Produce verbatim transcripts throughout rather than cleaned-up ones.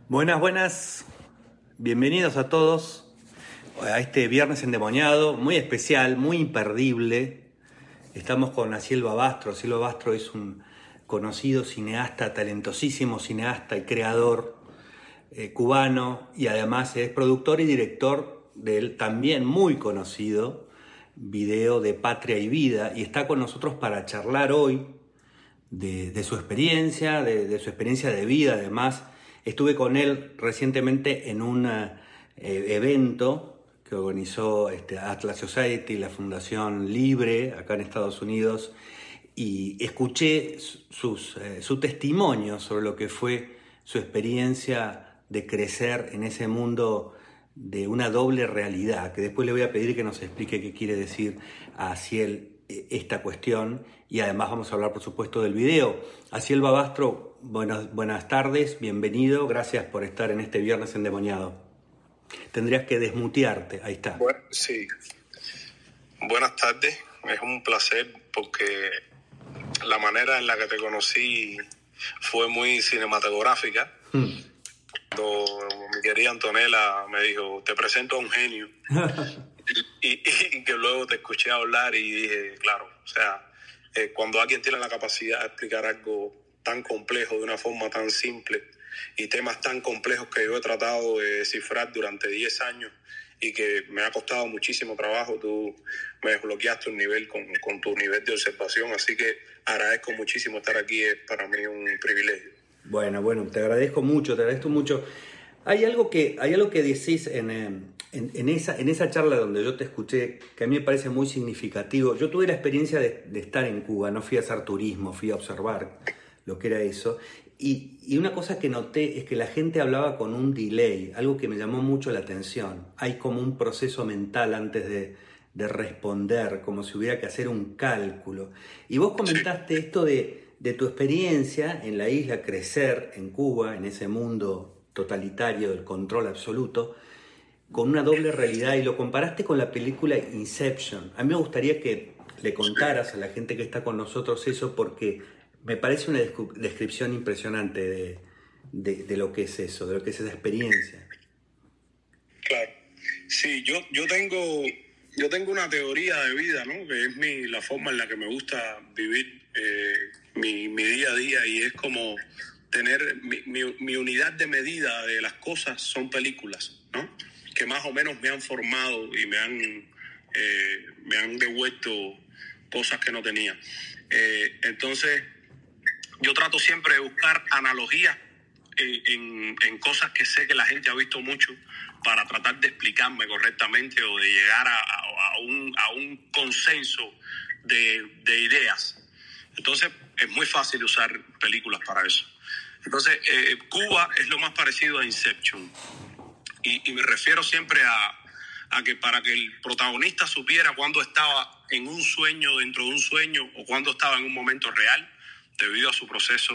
Buenas, buenas. Bienvenidos a todos a este viernes endemoniado, muy especial, muy imperdible. Estamos con Aciel Babastro. Aciel Babastro es un conocido cineasta, talentosísimo cineasta y creador eh, cubano, y además es productor y director del también muy conocido video de Patria y Vida, y está con nosotros para charlar hoy de, de su experiencia, de, de su experiencia de vida. Además, estuve con él recientemente en un eh, evento que organizó este, Atlas Society, la Fundación Libre, acá en Estados Unidos, y escuché sus, eh, su testimonio sobre lo que fue su experiencia de crecer en ese mundo de una doble realidad, que después le voy a pedir que nos explique qué quiere decir a Aciel esta cuestión, y además vamos a hablar, por supuesto, del video. Aciel Babastro, buenas, buenas tardes, bienvenido, gracias por estar en este viernes endemoniado. Tendrías que desmutearte, ahí está. Bueno, sí. Buenas tardes, es un placer porque la manera en la que te conocí fue muy cinematográfica. Hmm. Cuando mi querida Antonella me dijo, te presento a un genio. y, y, y que luego te escuché hablar y dije, claro, o sea, eh, cuando alguien tiene la capacidad de explicar algo tan complejo de una forma tan simple y temas tan complejos que yo he tratado de descifrar durante diez años y que me ha costado muchísimo trabajo, tú me desbloqueaste un nivel con, con tu nivel de observación, así que agradezco muchísimo estar aquí, es para mí un privilegio. Bueno, bueno, te agradezco mucho, te agradezco mucho. Hay algo que, hay algo que decís en, en, en, esa, en esa charla donde yo te escuché, que a mí me parece muy significativo. Yo tuve la experiencia de, de estar en Cuba, no fui a hacer turismo, fui a observar lo que era eso. Y, y una cosa que noté es que la gente hablaba con un delay, algo que me llamó mucho la atención. Hay como un proceso mental antes de, de responder, como si hubiera que hacer un cálculo. Y vos comentaste esto de, de tu experiencia en la isla, crecer en Cuba, en ese mundo totalitario del control absoluto, con una doble realidad, y lo comparaste con la película Inception. A mí me gustaría que le contaras a la gente que está con nosotros eso, porque me parece una descripción impresionante de, de, de lo que es eso, de lo que es esa experiencia. Claro. Sí, yo, yo tengo yo tengo una teoría de vida, ¿no? Que es mi, la forma en la que me gusta vivir eh, mi, mi día a día, y es como tener mi, mi, mi unidad de medida de las cosas son películas, ¿no? Que más o menos me han formado y me han, eh, me han devuelto cosas que no tenía. Eh, entonces, yo trato siempre de buscar analogías en, en, en cosas que sé que la gente ha visto mucho, para tratar de explicarme correctamente o de llegar a, a, a, un, a un consenso de, de ideas. Entonces, es muy fácil usar películas para eso. Entonces, eh, Cuba es lo más parecido a Inception. Y, y me refiero siempre a, a que para que el protagonista supiera cuándo estaba en un sueño dentro de un sueño o cuándo estaba en un momento real, debido a su proceso,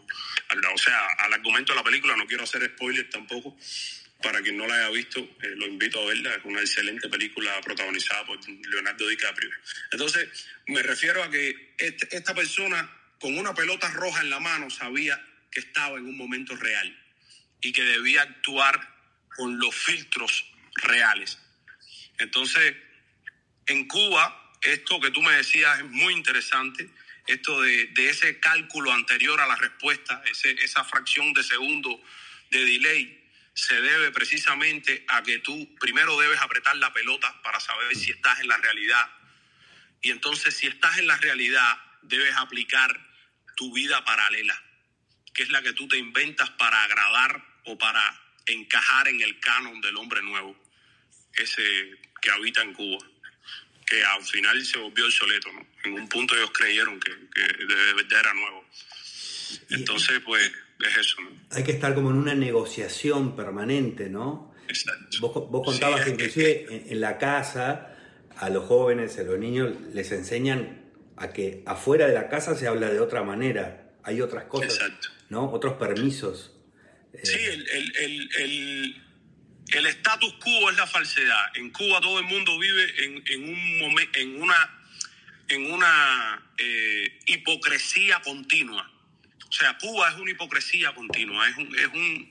o sea, al argumento de la película. No quiero hacer spoiler tampoco. Para quien no la haya visto, eh, lo invito a verla. Es una excelente película protagonizada por Leonardo DiCaprio. Entonces, me refiero a que este, esta persona con una pelota roja en la mano sabía que estaba en un momento real y que debía actuar con los filtros reales. Entonces, en Cuba, esto que tú me decías es muy interesante, esto de, de ese cálculo anterior a la respuesta, ese, esa fracción de segundo de delay, se debe precisamente a que tú primero debes apretar la pelota para saber si estás en la realidad. Y entonces, si estás en la realidad, debes aplicar tu vida paralela, que es la que tú te inventas para agradar o para encajar en el canon del hombre nuevo, ese que habita en Cuba, que al final se volvió obsoleto, ¿no? En un punto ellos creyeron que, que de verdad era nuevo. Entonces, pues, es eso, ¿no? Hay que estar como en una negociación permanente, ¿no? Exacto. Vos, vos contabas sí, que inclusive que... en, en la casa a los jóvenes, a los niños, les enseñan a que afuera de la casa se habla de otra manera, hay otras cosas, exacto, ¿no? Otros permisos. Sí, el, el, el, el, el status quo es la falsedad. En Cuba todo el mundo vive en, en, un momento, en una, en una eh, hipocresía continua. O sea, Cuba es una hipocresía continua, es un, es un,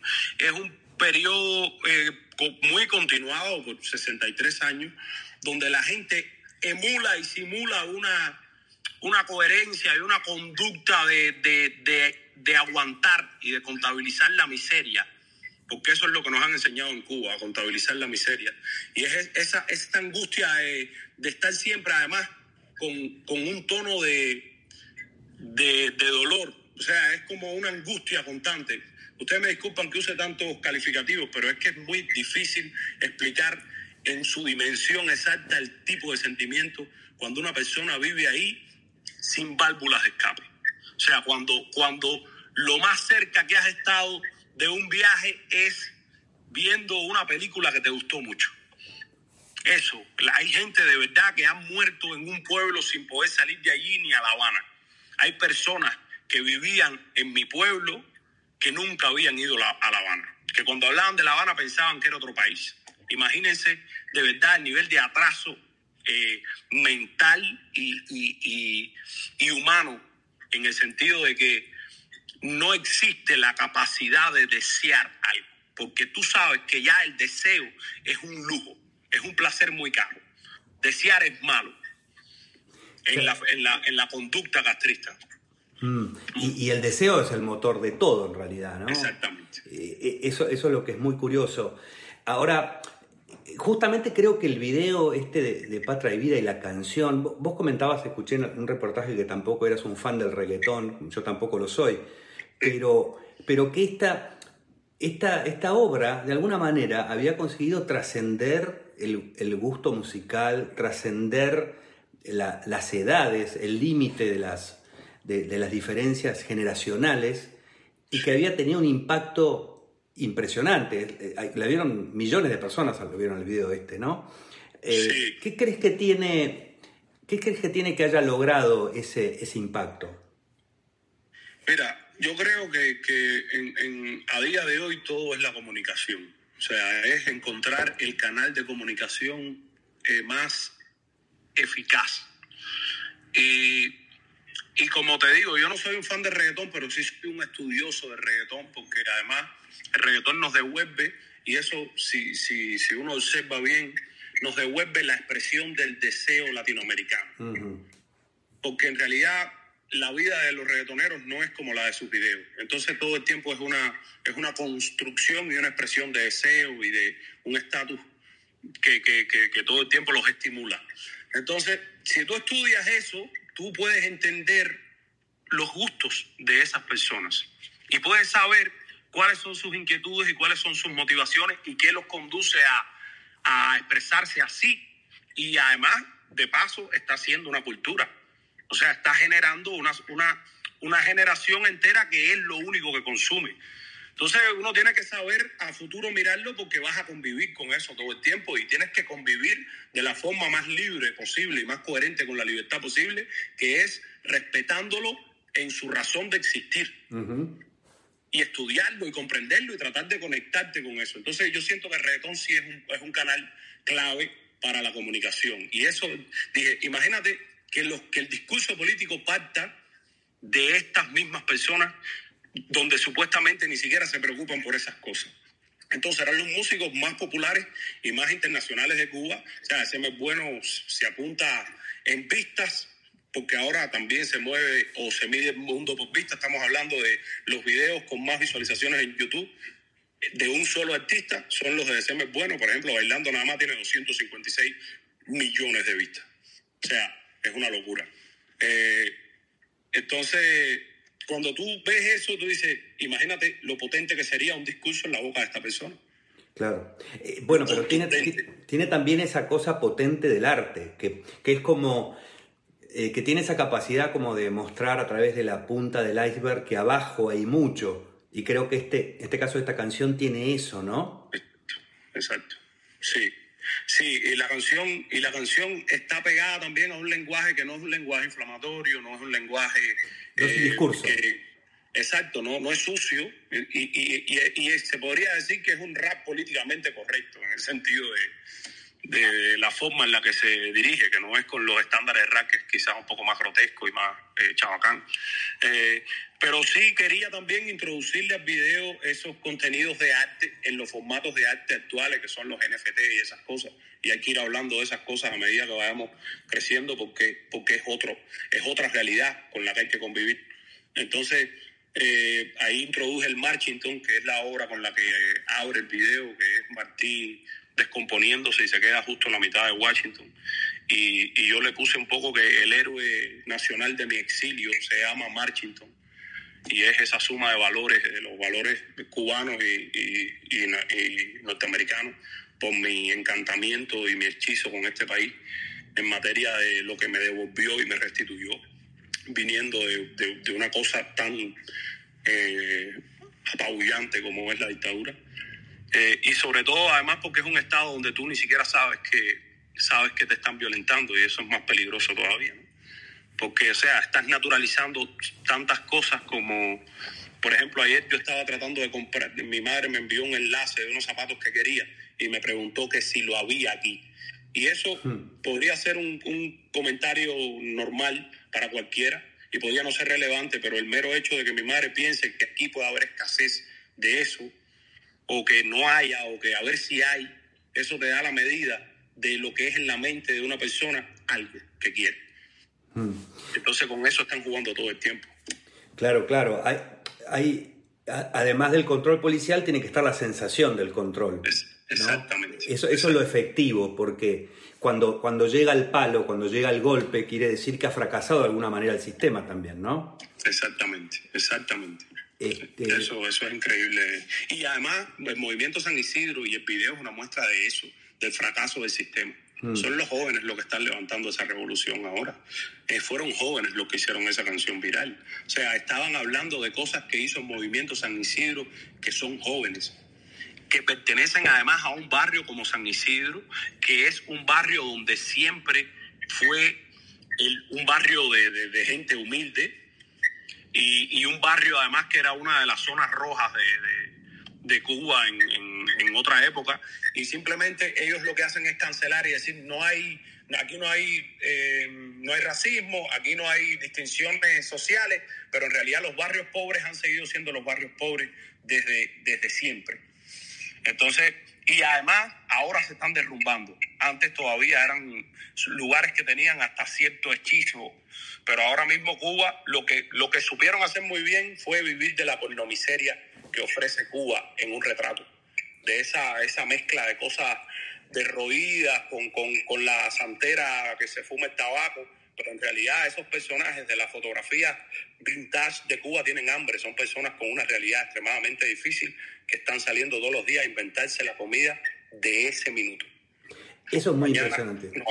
es un periodo eh, muy continuado por sesenta y tres años, donde la gente emula y simula una, una coherencia y una conducta de, de, de, de aguantar y de contabilizar la miseria, porque eso es lo que nos han enseñado en Cuba, a contabilizar la miseria. Y es esa, esta angustia de, de estar siempre, además, con, con un tono de, de, de dolor. O sea, es como una angustia constante. Ustedes me disculpan que use tantos calificativos, pero es que es muy difícil explicar en su dimensión exacta el tipo de sentimiento cuando una persona vive ahí sin válvulas de escape. O sea, cuando, cuando lo más cerca que has estado de un viaje es viendo una película que te gustó mucho. Eso, hay gente de verdad que ha muerto en un pueblo sin poder salir de allí ni a La Habana. Hay personas que vivían en mi pueblo que nunca habían ido a La Habana, que cuando hablaban de La Habana pensaban que era otro país. Imagínense de verdad el nivel de atraso eh, mental y, y, y, y humano, en el sentido de que no existe la capacidad de desear algo, porque tú sabes que ya el deseo es un lujo, es un placer muy caro. Desear es malo en la, en la, en la conducta castrista. Mm. Y, y el deseo es el motor de todo en realidad, ¿no? Exactamente. Eh, eso, eso es lo que es muy curioso. Ahora, justamente creo que el video este de, de Patria y Vida y la canción, vos comentabas, escuché en un reportaje que tampoco eras un fan del reggaetón, yo tampoco lo soy, pero, pero que esta, esta, esta obra de alguna manera había conseguido trascender el, el gusto musical, trascender la, las edades, el límite de las... De, de las diferencias generacionales y que había tenido un impacto impresionante. Eh, la vieron millones de personas, lo vieron el video este, ¿no? Eh, Sí. ¿Qué crees que tiene, qué crees que tiene que haya logrado ese, ese impacto? Mira, yo creo que, que en, en, a día de hoy todo es la comunicación. O sea, es encontrar el canal de comunicación eh, más eficaz. Y Y como te digo, yo no soy un fan de reggaetón, pero sí soy un estudioso de reggaetón, porque además el reggaetón nos devuelve, y eso, si, si, si uno observa bien, nos devuelve la expresión del deseo latinoamericano. Uh-huh. Porque en realidad la vida de los reggaetoneros no es como la de sus videos. Entonces todo el tiempo es una, es una construcción y una expresión de deseo y de un estatus que, que, que, que todo el tiempo los estimula. Entonces, si tú estudias eso, tú puedes entender los gustos de esas personas y puedes saber cuáles son sus inquietudes y cuáles son sus motivaciones y qué los conduce a, a expresarse así. Y además, de paso, está haciendo una cultura. O sea, está generando una, una, una generación entera que es lo único que consume. Entonces uno tiene que saber a futuro mirarlo porque vas a convivir con eso todo el tiempo y tienes que convivir de la forma más libre posible y más coherente con la libertad posible, que es respetándolo en su razón de existir. Uh-huh. Y estudiarlo y comprenderlo y tratar de conectarte con eso. Entonces yo siento que el reggaetón sí es un, es un canal clave para la comunicación. Y eso, dije, imagínate que, los, que el discurso político parta de estas mismas personas donde supuestamente ni siquiera se preocupan por esas cosas. Entonces eran los músicos más populares y más internacionales de Cuba. O sea, ese mes bueno se apunta en vistas, porque ahora también se mueve o se mide el mundo por vistas. Estamos hablando de los videos con más visualizaciones en YouTube de un solo artista, son los de ese mes bueno. Por ejemplo, Bailando nada más tiene doscientos cincuenta y seis millones de vistas. O sea, es una locura. Eh, entonces... Cuando tú ves eso, tú dices, imagínate lo potente que sería un discurso en la boca de esta persona. Claro. Eh, bueno, pero tiene, tiene también esa cosa potente del arte, que, que es como, eh, que tiene esa capacidad como de mostrar a través de la punta del iceberg que abajo hay mucho. Y creo que este, este caso de esta canción tiene eso, ¿no? Exacto. Sí. Sí, y la canción, y la canción está pegada también a un lenguaje que no es un lenguaje inflamatorio, no es un lenguaje... No es un discurso. Que, exacto, no, no es sucio, y, y, y, y se podría decir que es un rap políticamente correcto, en el sentido de, de la forma en la que se dirige, que no es con los estándares de rap, que es quizás un poco más grotesco y más eh, chabacán. Eh, pero sí quería también introducirle al video esos contenidos de arte en los formatos de arte actuales, que son los N F T y esas cosas. Y hay que ir hablando de esas cosas a medida que vayamos creciendo, porque, porque es, otro, es otra realidad con la que hay que convivir. Entonces, eh, ahí introduje el Marchington, que es la obra con la que eh, abre el video, que es Martí descomponiéndose y se queda justo en la mitad de Washington. Y, y yo le puse un poco que el héroe nacional de mi exilio se llama Marchington. Y es esa suma de valores, de los valores cubanos y, y, y, y norteamericanos, por mi encantamiento y mi hechizo con este país en materia de lo que me devolvió y me restituyó, viniendo de, de, de una cosa tan eh, apabullante como es la dictadura. Eh, y sobre todo, además, porque es un estado donde tú ni siquiera sabes que, sabes que te están violentando, y eso es más peligroso todavía, ¿no? Porque, o sea, estás naturalizando tantas cosas como, por ejemplo, ayer yo estaba tratando de comprar, mi madre me envió un enlace de unos zapatos que quería y me preguntó que si lo había aquí. Y eso hmm. podría ser un, un comentario normal para cualquiera y podría no ser relevante, pero el mero hecho de que mi madre piense que aquí puede haber escasez de eso, o que no haya, o que a ver si hay, eso te da la medida de lo que es en la mente de una persona algo que quiere. Hmm. Entonces con eso están jugando todo el tiempo. Claro, claro. Hay, hay, además del control policial, tiene que estar la sensación del control. Es, exactamente. ¿No? Eso, eso es lo efectivo, porque cuando, cuando llega el palo, cuando llega el golpe, quiere decir que ha fracasado de alguna manera el sistema también, ¿no? Exactamente, exactamente. Este... Eso, eso es increíble. Y además, el movimiento San Isidro y el video es una muestra de eso, del fracaso del sistema. Mm. Son los jóvenes los que están levantando esa revolución ahora. Eh, fueron jóvenes los que hicieron esa canción viral. O sea, estaban hablando de cosas que hizo el movimiento San Isidro, que son jóvenes, que pertenecen además a un barrio como San Isidro, que es un barrio donde siempre fue el, un barrio de, de, de gente humilde, y, y un barrio además que era una de las zonas rojas de, de, de Cuba en, en, en otra época, y simplemente ellos lo que hacen es cancelar y decir no hay, aquí no hay, eh, no hay racismo, aquí no hay distinciones sociales, pero en realidad los barrios pobres han seguido siendo los barrios pobres desde, desde siempre. Entonces, y además ahora se están derrumbando. Antes todavía eran lugares que tenían hasta cierto hechizo, pero ahora mismo Cuba lo que, lo que supieron hacer muy bien fue vivir de la pornomiseria que ofrece Cuba en un retrato, de esa, esa mezcla de cosas derroídas con, con, con la santera que se fuma el tabaco, pero en realidad esos personajes de la fotografía vintage de Cuba tienen hambre, son personas con una realidad extremadamente difícil que están saliendo todos los días a inventarse la comida de ese minuto. Eso es muy Mañana, impresionante. No.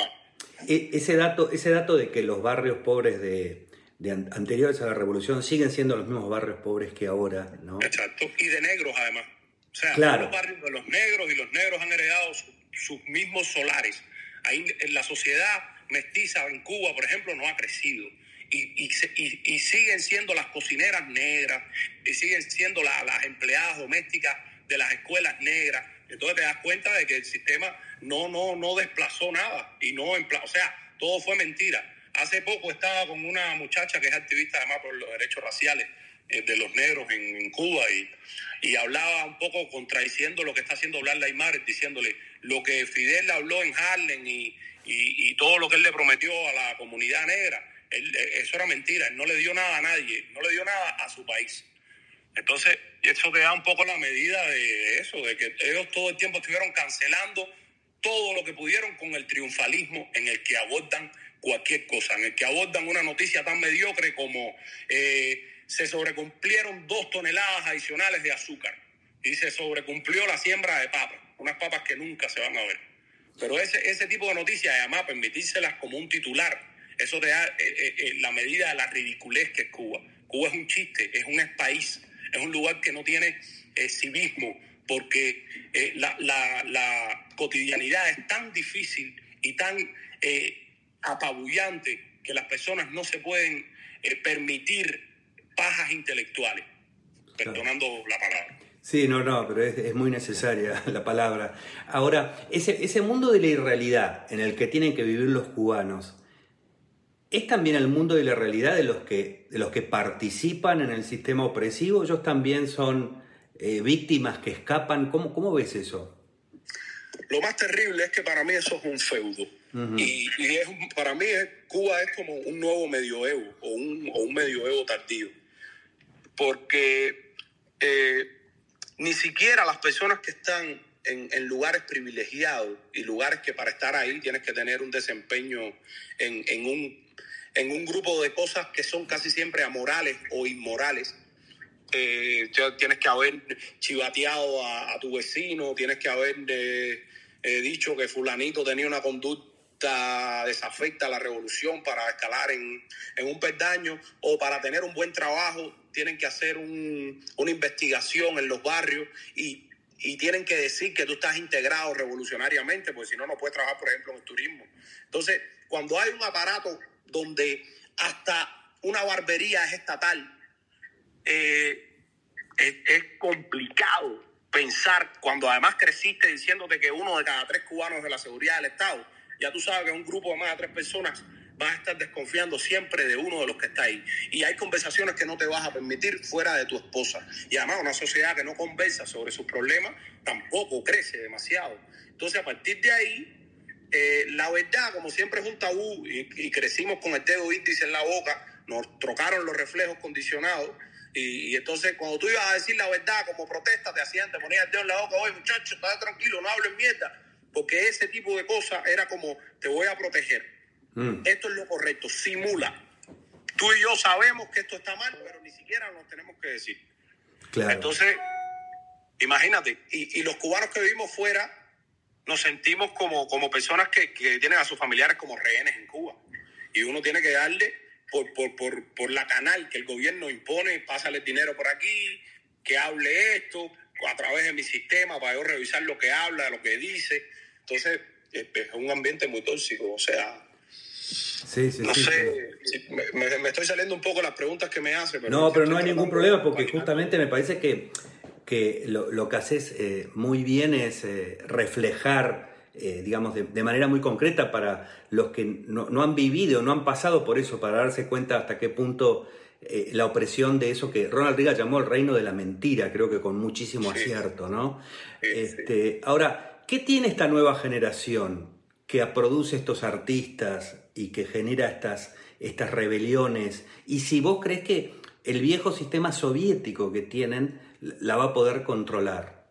E- ese, dato, ese dato de que los barrios pobres de, de an- anteriores a la revolución siguen siendo los mismos barrios pobres que ahora, ¿no? Exacto, y de negros además. O sea, claro. Son los barrios de los negros, y los negros han heredado su, sus mismos solares. Ahí en la sociedad mestiza en Cuba, por ejemplo, no ha crecido. Y, y, y, y siguen siendo las cocineras negras, y siguen siendo la, las empleadas domésticas de las escuelas negras. Entonces te das cuenta de que el sistema no, no, no desplazó nada. Y no empla- o sea, todo fue mentira. Hace poco estaba con una muchacha que es activista además por los derechos raciales eh, de los negros en, en Cuba, y, y hablaba un poco contradiciendo lo que está haciendo Blas Aymar, diciéndole lo que Fidel habló en Harlem y, y, y todo lo que él le prometió a la comunidad negra. Él, eso era mentira, él no le dio nada a nadie, no le dio nada a su país. Entonces, eso te da un poco la medida de eso, de que ellos todo el tiempo estuvieron cancelando todo lo que pudieron con el triunfalismo en el que abordan cualquier cosa, en el que abordan una noticia tan mediocre como eh, se sobrecumplieron dos toneladas adicionales de azúcar y se sobrecumplió la siembra de papas, unas papas que nunca se van a ver. Pero ese, ese tipo de noticias, además, permitírselas como un titular, eso te da eh, eh, la medida de la ridiculez que es Cuba. Cuba es un chiste, es un país, es un lugar que no tiene eh, civismo, porque eh, la, la, la cotidianidad es tan difícil y tan eh, apabullante que las personas no se pueden eh, permitir pajas intelectuales, perdonando la palabra. Sí, no, no, pero es, es muy necesaria la palabra. Ahora, ese, ese mundo de la irrealidad en el que tienen que vivir los cubanos, ¿es también el mundo de la realidad de los que, de los que participan en el sistema opresivo? ¿Ellos también son eh, víctimas que escapan? ¿Cómo, cómo ves eso? Lo más terrible es que para mí eso es un feudo. Uh-huh. Y, y es, para mí es, Cuba es como un nuevo medioevo o un, o un medioevo tardío. Porque eh, ni siquiera las personas que están en, en lugares privilegiados y lugares que para estar ahí tienes que tener un desempeño en, en, un, en un grupo de cosas que son casi siempre amorales o inmorales. Eh, tienes que haber chivateado a, a tu vecino, tienes que haber eh, eh, dicho que fulanito tenía una conducta desafecta a la revolución para escalar en, en un peldaño, o para tener un buen trabajo tienen que hacer un, una investigación en los barrios y, y tienen que decir que tú estás integrado revolucionariamente, porque si no, no puedes trabajar, por ejemplo, en el turismo. Entonces, cuando hay un aparato donde hasta una barbería es estatal, Eh, es, es complicado pensar, cuando además creciste diciéndote que uno de cada tres cubanos es de la seguridad del Estado, ya tú sabes que un grupo de más de tres personas vas a estar desconfiando siempre de uno de los que está ahí. Y hay conversaciones que no te vas a permitir fuera de tu esposa. Y además una sociedad que no conversa sobre sus problemas tampoco crece demasiado. Entonces, a partir de ahí, eh, la verdad, como siempre es un tabú, y, y crecimos con el dedo índice en la boca, nos trocaron los reflejos condicionados. Y, y entonces cuando tú ibas a decir la verdad como protesta, te hacían, te ponían el dedo en la boca: oye, muchachos, estate tranquilo, no hablen mierda, porque ese tipo de cosas era como: te voy a proteger, mm. esto es lo correcto, simula. Tú y yo sabemos que esto está mal, pero ni siquiera nos tenemos que decir. Claro. Entonces, imagínate, y, y los cubanos que vivimos fuera nos sentimos como, como personas que, que tienen a sus familiares como rehenes en Cuba, y uno tiene que darle Por, por, por, por la canal que el gobierno impone: pásale dinero por aquí, que hable esto a través de mi sistema para yo revisar lo que habla, lo que dice. Entonces es, es un ambiente muy tóxico, o sea, sí, sí, no sí, sé, sí. Me, me estoy saliendo un poco de las preguntas que me hace. Pero no, pero no hay ningún problema, porque justamente me parece que, que lo, lo que haces eh, muy bien es eh, reflejar, Eh, digamos, de, de manera muy concreta para los que no, no han vivido, no han pasado por eso, para darse cuenta hasta qué punto eh, la opresión de eso que Ronald Reagan llamó el reino de la mentira, creo que con muchísimo sí. acierto, ¿no? Sí, este, sí. Ahora, ¿qué tiene esta nueva generación que produce estos artistas y que genera estas, estas rebeliones? Y si vos crees que el viejo sistema soviético que tienen la va a poder controlar.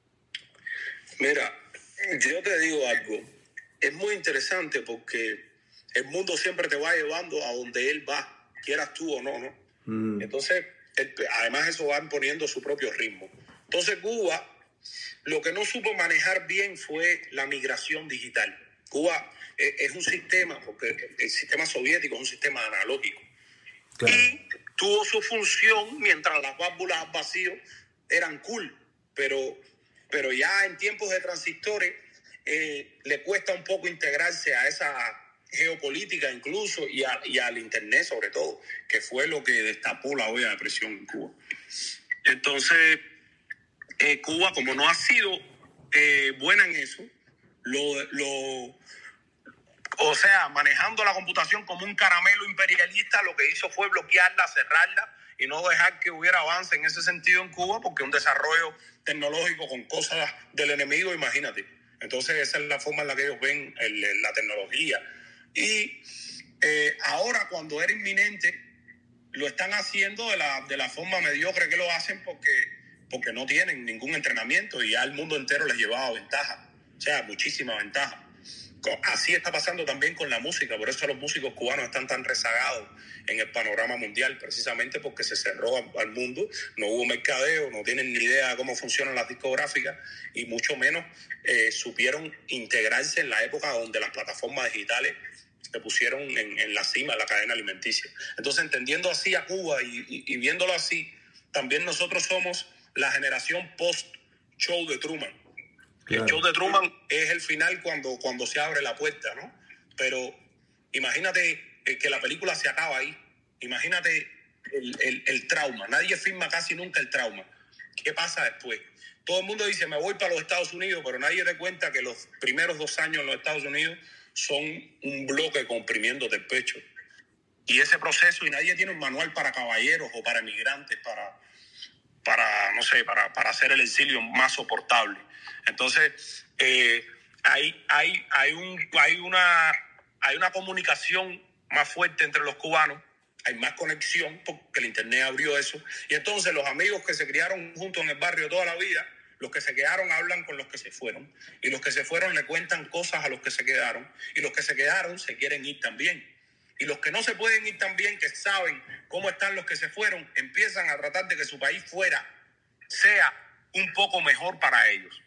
Mira, yo te digo algo, es muy interesante porque el mundo siempre te va llevando a donde él va, quieras tú o no, ¿no? Mm. Entonces, el, además eso va imponiendo su propio ritmo. Entonces, Cuba, lo que no supo manejar bien fue la migración digital. Cuba es, es un sistema, porque el sistema soviético es un sistema analógico. Claro. Y tuvo su función mientras las válvulas al vacío eran cool, pero... pero ya en tiempos de transistores eh, le cuesta un poco integrarse a esa geopolítica incluso y, a, y al internet sobre todo, que fue lo que destapó la olla de presión en Cuba. Entonces, eh, Cuba, como no ha sido eh, buena en eso, lo, lo, o sea, manejando la computación como un caramelo imperialista, lo que hizo fue bloquearla, cerrarla y no dejar que hubiera avance en ese sentido en Cuba, porque un desarrollo tecnológico con cosas del enemigo, imagínate. Entonces esa es la forma en la que ellos ven el, la tecnología. Y eh, ahora, cuando era inminente, lo están haciendo de la, de la forma mediocre que lo hacen, porque, porque no tienen ningún entrenamiento y ya el mundo entero les llevaba ventaja, o sea, muchísima ventaja. Así está pasando también con la música, por eso los músicos cubanos están tan rezagados en el panorama mundial, precisamente porque se cerró al mundo, no hubo mercadeo, no tienen ni idea de cómo funcionan las discográficas y mucho menos eh, supieron integrarse en la época donde las plataformas digitales se pusieron en, en la cima de la cadena alimenticia. Entonces, entendiendo así a Cuba y, y, y viéndolo así, también nosotros somos la generación post-show de Truman. Claro. El show de Truman es el final cuando, cuando se abre la puerta, ¿no? Pero imagínate que la película se acaba ahí. Imagínate el, el, el trauma. Nadie firma casi nunca el trauma. ¿qué pasa después? Todo el mundo dice, me voy para los Estados Unidos, pero nadie te cuenta que los primeros dos años en los Estados Unidos son un bloque comprimiéndote el pecho. Y ese proceso, y nadie tiene un manual para caballeros o para emigrantes, para, para no sé, para, para hacer el exilio más soportable. Entonces, eh, hay, hay, hay, un, hay, una, hay una comunicación más fuerte entre los cubanos, hay más conexión porque el internet abrió eso. Y entonces los amigos que se criaron juntos en el barrio toda la vida, los que se quedaron hablan con los que se fueron. Y los que se fueron le cuentan cosas a los que se quedaron. Y los que se quedaron se quieren ir también. Y los que no se pueden ir también, que saben cómo están los que se fueron, empiezan a tratar de que su país fuera, sea un poco mejor para ellos.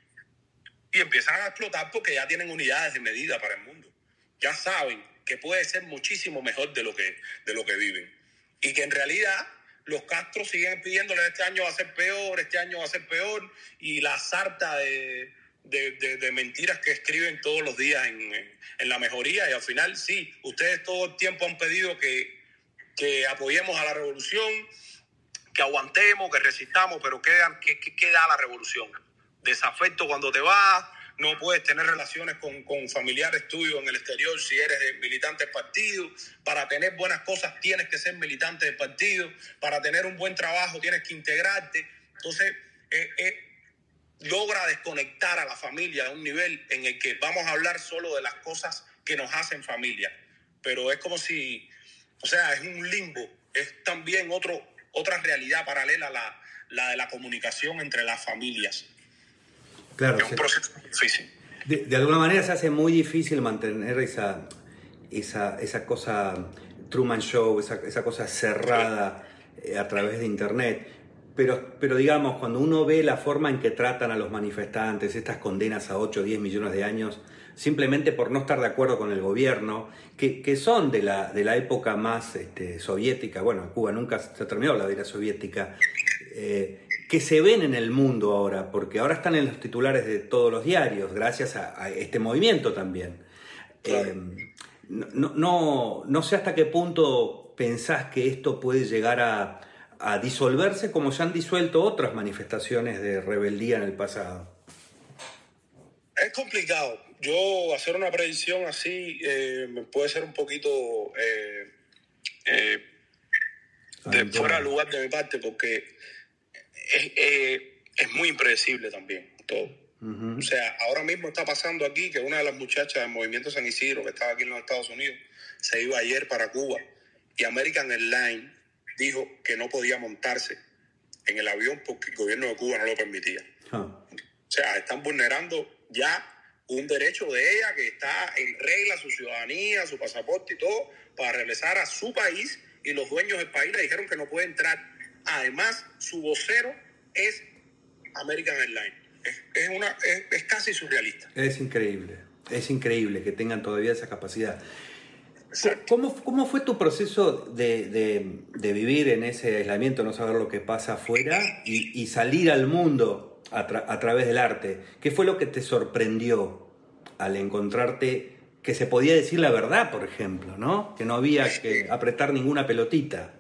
Y empiezan a explotar porque ya tienen unidades de medida para el mundo. Ya saben que puede ser muchísimo mejor de lo que, de lo que viven. Y que en realidad los Castro siguen pidiéndole este año va a ser peor, este año va a ser peor, y la sarta de, de, de, de mentiras que escriben todos los días en, en la mejoría. Y al final, sí, ustedes todo el tiempo han pedido que, que apoyemos a la revolución, que aguantemos, que resistamos, pero ¿qué, qué, qué da la revolución? Desafecto cuando te vas, no puedes tener relaciones con, con familiares tuyos en el exterior si eres militante del partido. Para tener buenas cosas tienes que ser militante del partido. Para tener un buen trabajo tienes que integrarte. Entonces, eh, eh, logra desconectar a la familia a un nivel en el que vamos a hablar solo de las cosas que nos hacen familia. Pero es como si, o sea, es un limbo. Es también otro, otra realidad paralela a la, la de la comunicación entre las familias. Claro, es un proceso difícil. De, de alguna manera se hace muy difícil mantener esa, esa, esa cosa Truman Show, esa, esa cosa cerrada eh, a través de internet. Pero, pero digamos, cuando uno ve la forma en que tratan a los manifestantes, estas condenas a ocho o diez millones de años, simplemente por no estar de acuerdo con el gobierno, que, que son de la, de la época más este, soviética, bueno, Cuba nunca se ha terminado la vida soviética, eh, que se ven en el mundo ahora, porque ahora están en los titulares de todos los diarios, gracias a, a este movimiento también. Claro. Eh, no, no, no sé hasta qué punto pensás que esto puede llegar a, a disolverse como se han disuelto otras manifestaciones de rebeldía en el pasado. Es complicado. Yo hacer una predicción así eh, puede ser un poquito eh, eh, de fuera de lugar de mi parte, porque es, eh, es muy impredecible también todo. Uh-huh. O sea, ahora mismo está pasando aquí que una de las muchachas del movimiento San Isidro, que estaba aquí en los Estados Unidos, se iba ayer para Cuba, y American Airlines dijo que no podía montarse en el avión porque el gobierno de Cuba no lo permitía. Uh-huh. O sea, están vulnerando ya un derecho de ella que está en regla, su ciudadanía, su pasaporte y todo, para regresar a su país, y los dueños del país le dijeron que no puede entrar. Además, su vocero es American Airlines. Es, es, una, es, es casi surrealista. Es increíble, es increíble que tengan todavía esa capacidad. ¿Cómo, ¿Cómo fue tu proceso de, de, de vivir en ese aislamiento, no saber lo que pasa afuera y, y salir al mundo a, tra- a través del arte? ¿Qué fue lo que te sorprendió al encontrarte que se podía decir la verdad, por ejemplo, ¿no? Que no había que apretar ninguna pelotita.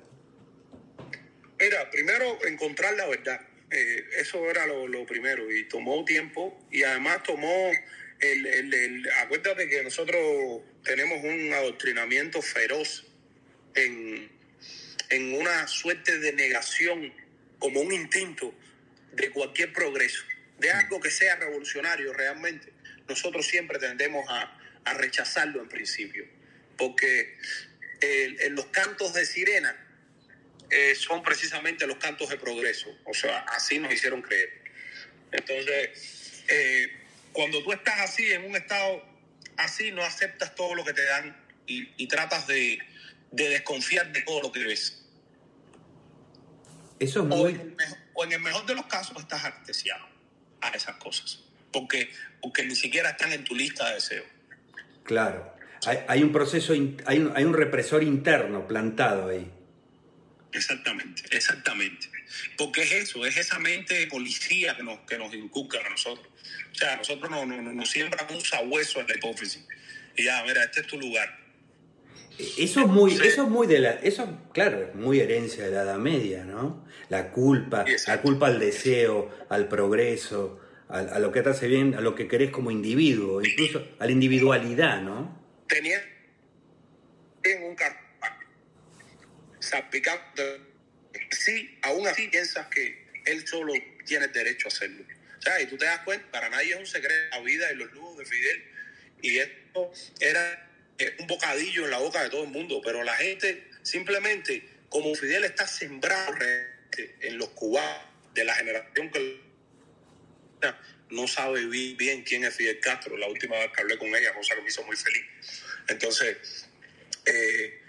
Mira, primero encontrar la verdad. Eh, eso era lo, lo primero, y tomó tiempo, y además tomó el, el, el... Acuérdate que nosotros tenemos un adoctrinamiento feroz en, en una suerte de negación, como un instinto de cualquier progreso, de algo que sea revolucionario realmente. Nosotros siempre tendemos a, a rechazarlo en principio, porque eh, en los cantos de sirena eh, son precisamente los cantos de progreso. O sea, así nos hicieron creer. Entonces, eh, cuando tú estás así, en un estado así, no aceptas todo lo que te dan y, y tratas de, de desconfiar de todo lo que ves. Eso es muy... O en, el mejor, o en el mejor de los casos estás anestesiado a esas cosas, porque, porque ni siquiera están en tu lista de deseos. Claro, hay, hay un proceso, hay un, hay un represor interno plantado ahí. Exactamente, exactamente. Porque es eso, es esa mente policía que nos, que nos inculca a nosotros. O sea, nosotros nos, nos, nos siembran un sabueso en la hipófisis. Y ya, mira, este es tu lugar. Eso es muy, eso es muy de la, eso, claro, es muy herencia de la Edad Media, ¿no? La culpa, la culpa al deseo, al progreso, a, a lo que te hace bien, a lo que querés como individuo, incluso a la individualidad, ¿no? Tenía en un carro salpicado. Sí, aún así piensas que él solo tiene el derecho a hacerlo. O sea, y tú te das cuenta, para nadie es un secreto la vida y los lujos de Fidel. Y esto era eh, un bocadillo en la boca de todo el mundo. Pero la gente simplemente, como Fidel está sembrado en los cubanos de la generación que no sabe bien quién es Fidel Castro. La última vez que hablé con ella, cosa que me hizo muy feliz. Entonces, eh,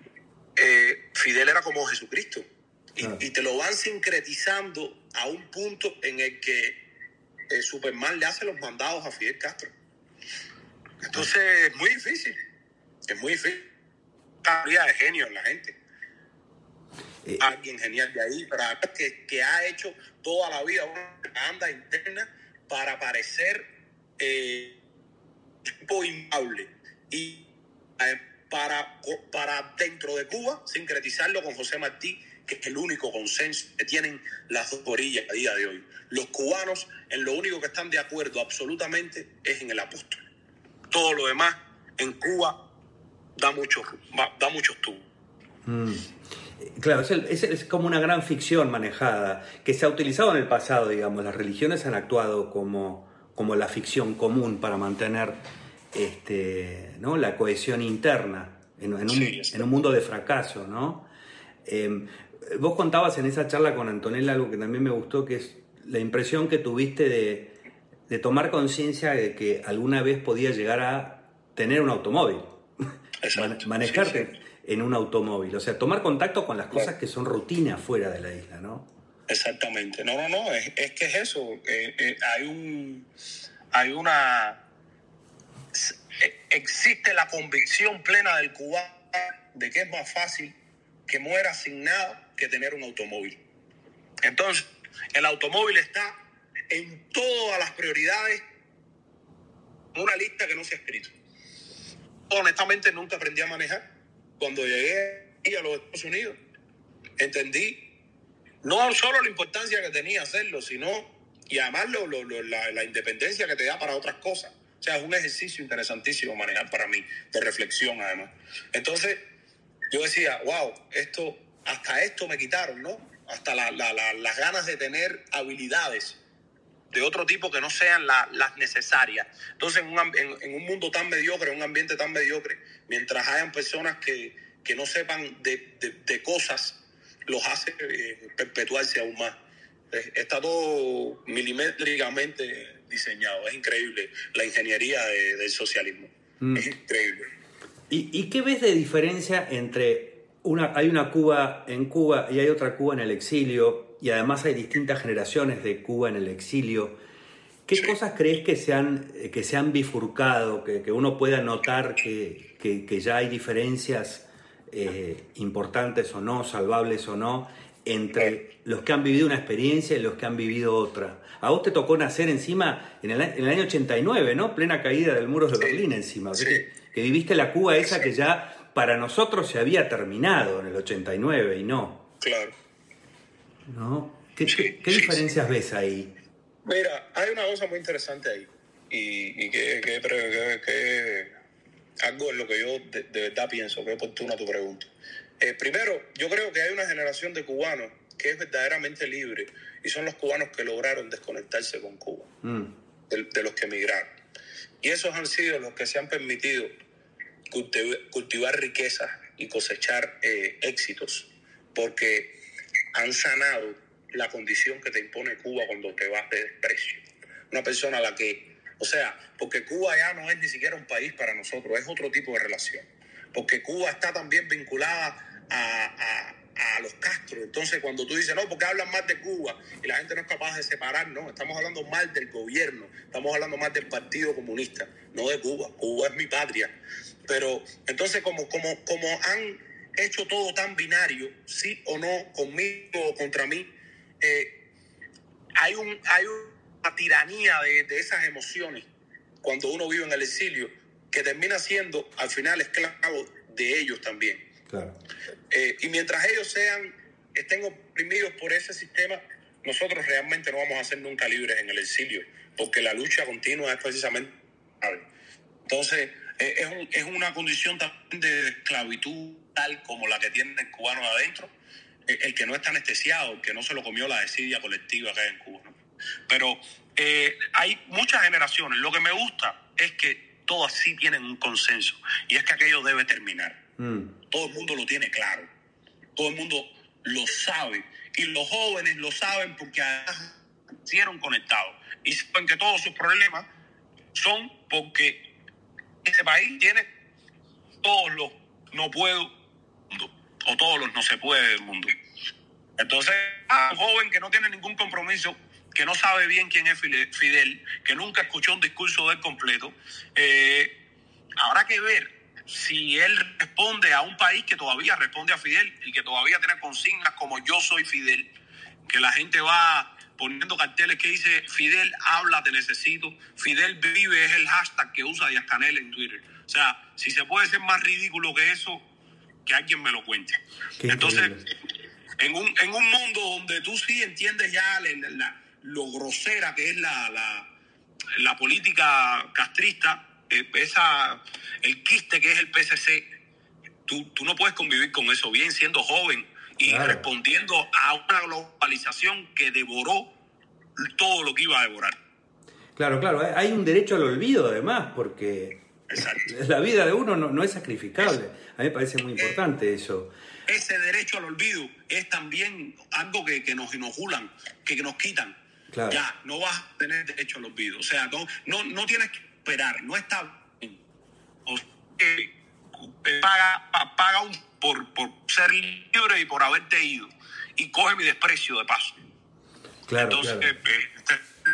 eh, Fidel era como Jesucristo. Y, ah. y te lo van sincretizando a un punto en el que eh, Superman le hace los mandados a Fidel Castro. Entonces es muy difícil. Es muy difícil. Habría de genio en la gente. Eh. Alguien genial de ahí, pero que, que ha hecho toda la vida una propaganda interna para parecer eh, tipo inmable. Y eh, para, para dentro de Cuba sincretizarlo con José Martí, que es el único consenso que tienen las dos orillas a día de hoy. Los cubanos en lo único que están de acuerdo absolutamente es en el apóstol. Todo lo demás en Cuba da muchos da muchos tubos. Mm. Claro, es, el, es, es como una gran ficción manejada, que se ha utilizado en el pasado, digamos. Las religiones han actuado como, como la ficción común para mantener este, ¿no? la cohesión interna en, en, un, sí, en un mundo de fracaso, ¿no? Eh, vos contabas en esa charla con Antonella algo que también me gustó, que es la impresión que tuviste de, de tomar conciencia de que alguna vez podías llegar a tener un automóvil, Man, manejarte sí, sí. en un automóvil, o sea, tomar contacto con las cosas claro. que son rutina fuera de la isla, ¿no? Exactamente, no, no, no, es, es que es eso, eh, eh, hay un, hay una, existe la convicción plena del cubano de que es más fácil que muera sin nada que tener un automóvil. Entonces, el automóvil está en todas las prioridades, una lista que no se ha escrito. Honestamente, nunca aprendí a manejar. Cuando llegué a los Estados Unidos, entendí no solo la importancia que tenía hacerlo, sino, y además lo, lo, lo, la, la independencia que te da para otras cosas. O sea, es un ejercicio interesantísimo manejar para mí, de reflexión además. Entonces, yo decía, wow, esto, hasta esto me quitaron, ¿no? Hasta la, la, la, las ganas de tener habilidades de otro tipo que no sean la, las necesarias. Entonces, en un, en, en un mundo tan mediocre, en un ambiente tan mediocre, mientras hayan personas que, que no sepan de, de, de cosas, los hace eh, perpetuarse aún más. Eh, está todo milimétricamente diseñado. Es increíble la ingeniería de, del socialismo. Mm. Es increíble. ¿Y, ¿Y qué ves de diferencia entre una, hay una Cuba en Cuba y hay otra Cuba en el exilio, y además hay distintas generaciones de Cuba en el exilio? ¿Qué sí. cosas crees que se han, que se han bifurcado, que, que uno pueda notar que, que, que ya hay diferencias eh, importantes o no, salvables o no, entre los que han vivido una experiencia y los que han vivido otra? A vos te tocó nacer encima en el, en el año ochenta y nueve, ¿no? Plena caída del muro de sí. Berlín encima. Sí. Que, que viviste la Cuba esa sí. que ya para nosotros se había terminado en el ochenta y nueve y no. Claro. ¿No? ¿Qué, sí, qué, qué sí, diferencias sí. ves ahí? Mira, hay una cosa muy interesante ahí. Y, y que, que, que, que algo en lo que yo de, de verdad pienso, que es oportuna tu pregunta. Eh, primero, yo creo que hay una generación de cubanos que es verdaderamente libre, y son los cubanos que lograron desconectarse con Cuba, mm. de, de los que emigraron. Y esos han sido los que se han permitido cultivar, cultivar riquezas y cosechar eh, éxitos, porque han sanado la condición que te impone Cuba cuando te vas de desprecio. Una persona a la que, o sea, porque Cuba ya no es ni siquiera un país para nosotros, es otro tipo de relación. Porque Cuba está también vinculada a, a, a los Castro. Entonces, cuando tú dices, no, porque hablan más de Cuba y la gente no es capaz de separar, no, estamos hablando mal del gobierno, estamos hablando más del Partido Comunista, no de Cuba. Cuba es mi patria. Pero, entonces, como, como, como han hecho todo tan binario, sí o no, conmigo o contra mí, eh, hay, un, hay una tiranía de, de esas emociones cuando uno vive en el exilio, que termina siendo al final esclavo de ellos también. Claro. Eh, y mientras ellos sean, estén oprimidos por ese sistema, nosotros realmente no vamos a ser nunca libres en el exilio, porque la lucha continua es precisamente... Entonces, eh, es, un, es una condición también de esclavitud tal como la que tiene el cubano adentro, eh, el que no está anestesiado, el que no se lo comió la desidia colectiva que hay en Cuba, ¿no? Pero eh, hay muchas generaciones. Lo que me gusta es que todas sí tienen un consenso, y es que aquello debe terminar. Mm. Todo el mundo lo tiene claro, todo el mundo lo sabe, y los jóvenes lo saben porque además hicieron conectados y saben que todos sus problemas son porque este país tiene todos los no puedo del mundo, o todos los no se puede del mundo. Entonces, un joven que no tiene ningún compromiso, que no sabe bien quién es Fidel, que nunca escuchó un discurso de él completo, eh, habrá que ver si él responde a un país que todavía responde a Fidel y que todavía tiene consignas como yo soy Fidel, que la gente va poniendo carteles que dice Fidel habla, te necesito, Fidel vive es el hashtag que usa Díaz Canel en Twitter. O sea, si se puede ser más ridículo que eso, que alguien me lo cuente. Qué Entonces, en un, en un mundo donde tú sí entiendes ya la, la, lo grosera que es la, la, la política castrista, eh, esa, el quiste que es el P S C, tú, tú no puedes convivir con eso bien siendo joven y claro, respondiendo a una globalización que devoró todo lo que iba a devorar. Claro, claro, hay un derecho al olvido además, porque exacto, la vida de uno no, no es sacrificable. A mí me parece muy importante eso. Ese derecho al olvido es también algo que, que nos inoculan, que, que nos quitan. Claro. Ya, no vas a tener derecho al olvido. O sea, no, no, no tienes que esperar, no está bien. O sea, eh, paga, paga un, por, por ser libre y por haberte ido. Y coge mi desprecio de paso. Claro, Entonces, claro. Eh, eh,